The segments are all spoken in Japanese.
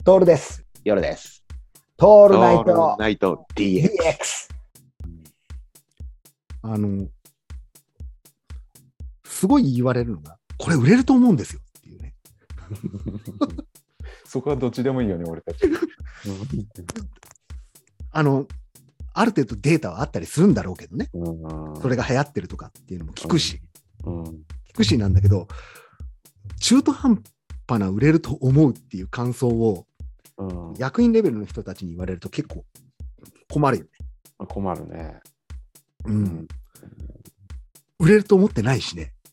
トールです。 夜です。 トールナイオールトナイト DX。 DX。あの、すごい言われるのが、これ売れると思うんですよっていうね。 そこはどっちでもいいよね、俺たち。 あの、ある程度データはあったりするんだろうけどね。それが流行ってるとかっていうのも聞くし、なんだけど、中途半端な売れると思うっていう感想を、役員レベルの人たちに言われると結構困るよね。 困るね。 売れると思ってないしね。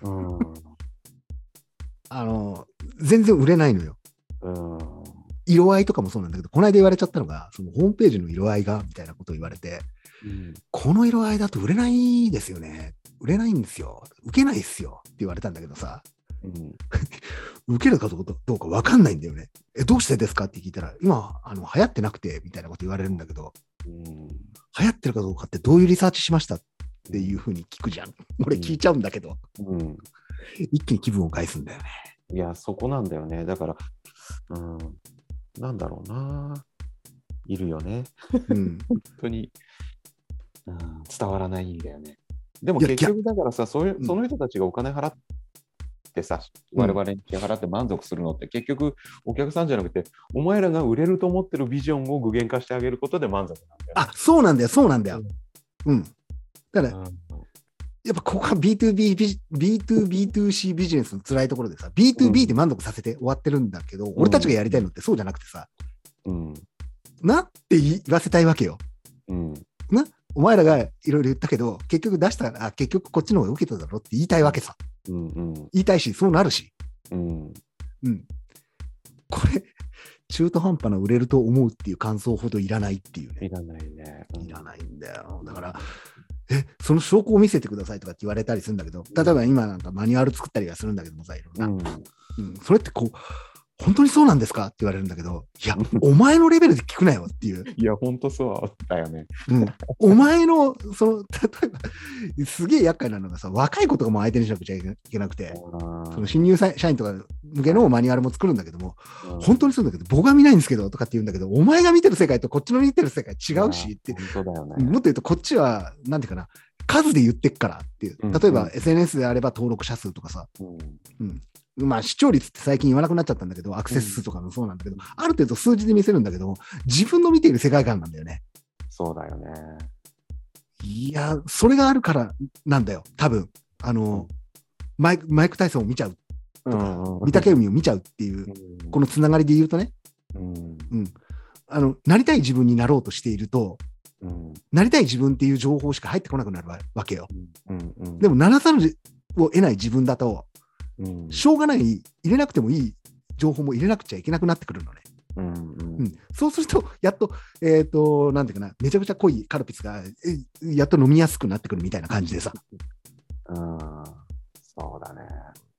全然売れないのよ。色合いとかもそうなんだけど、この間言われちゃったのが、そのホームページの色合いがみたいなことを言われて、この色合いだと売れないですよね。売れないんですよ。受けないですよって言われたんだけどさ、受けるかどうか分かんないんだよね。どうしてですかって聞いたら、今流行ってなくてみたいなこと言われるんだけど、流行ってるかどうかってどういうリサーチしましたっていうふうに聞くじゃん。俺聞いちゃうんだけど、一気に気分を害すんだよね。 いや、そこなんだよね。だから、なんだろうな。いるよね。本当に、伝わらないんだよね。でも結局だからさ、その人たちがお金払ってさ、我々に支払って満足するのって結局お客さんじゃなくて、お前らが売れると思ってるビジョンを具現化してあげることで満足なんだよ。 あ、そうなんだよ、そうなんだよ。だから、やっぱここは B2B、B2B2C ビジネスの辛いところでさ、B2B で満足させて終わってるんだけど、俺たちがやりたいのってそうじゃなくてさ、なって言わせたいわけよ。な、お前らがいろいろ言ったけど、結局出したら、結局こっちの方が受けただろって言いたいわけさ。言いたいし、そうなるし。これ、中途半端な売れると思うっていう感想ほどいらないっていうね。 いらないね。 いらないんだよ。だから、その証拠を見せてくださいとかって言われたりするんだけど、例えば今なんかマニュアル作ったりはするんだけどもさ、いろんな。それってこう、本当にそうなんですかって言われるんだけど、いや、お前のレベルで聞くなよっていう。 いや、本当そうだよね。 お前の、例えば、すげえ厄介なのがさ、若い子とかも相手にしなくちゃいけなくて、その新入社員とか向けのマニュアルも作るんだけども、本当にそうだけど、僕は見ないんですけどとかって言うんだけど、お前が見てる世界とこっちの見てる世界違うしって、 本当だよね。 もっと言うと、こっちは、なんていうかな、数で言ってっからっていう。例えば SNS であれば登録者数とかさ、まあ視聴率って最近言わなくなっちゃったんだけど、アクセス数とかもそうなんだけど、ある程度数字で見せるんだけど、自分の見ている世界観なんだよね。 そうだよね。 いや、それがあるからなんだよ、多分。マイク・タイソンを見ちゃうとか、御嶽海を見ちゃうっていう、このつながりで言うとね、なりたい自分になろうとしていると、なりたい自分っていう情報しか入ってこなくなるわけよ。でも、ならざるを得ない自分だと、しょうがない、入れなくてもいい情報も入れなくちゃいけなくなってくるのね。そうすると、やっと、なんていうかな、めちゃくちゃ濃いカルピスが、やっと飲みやすくなってくるみたいな感じでさ。 そうだね。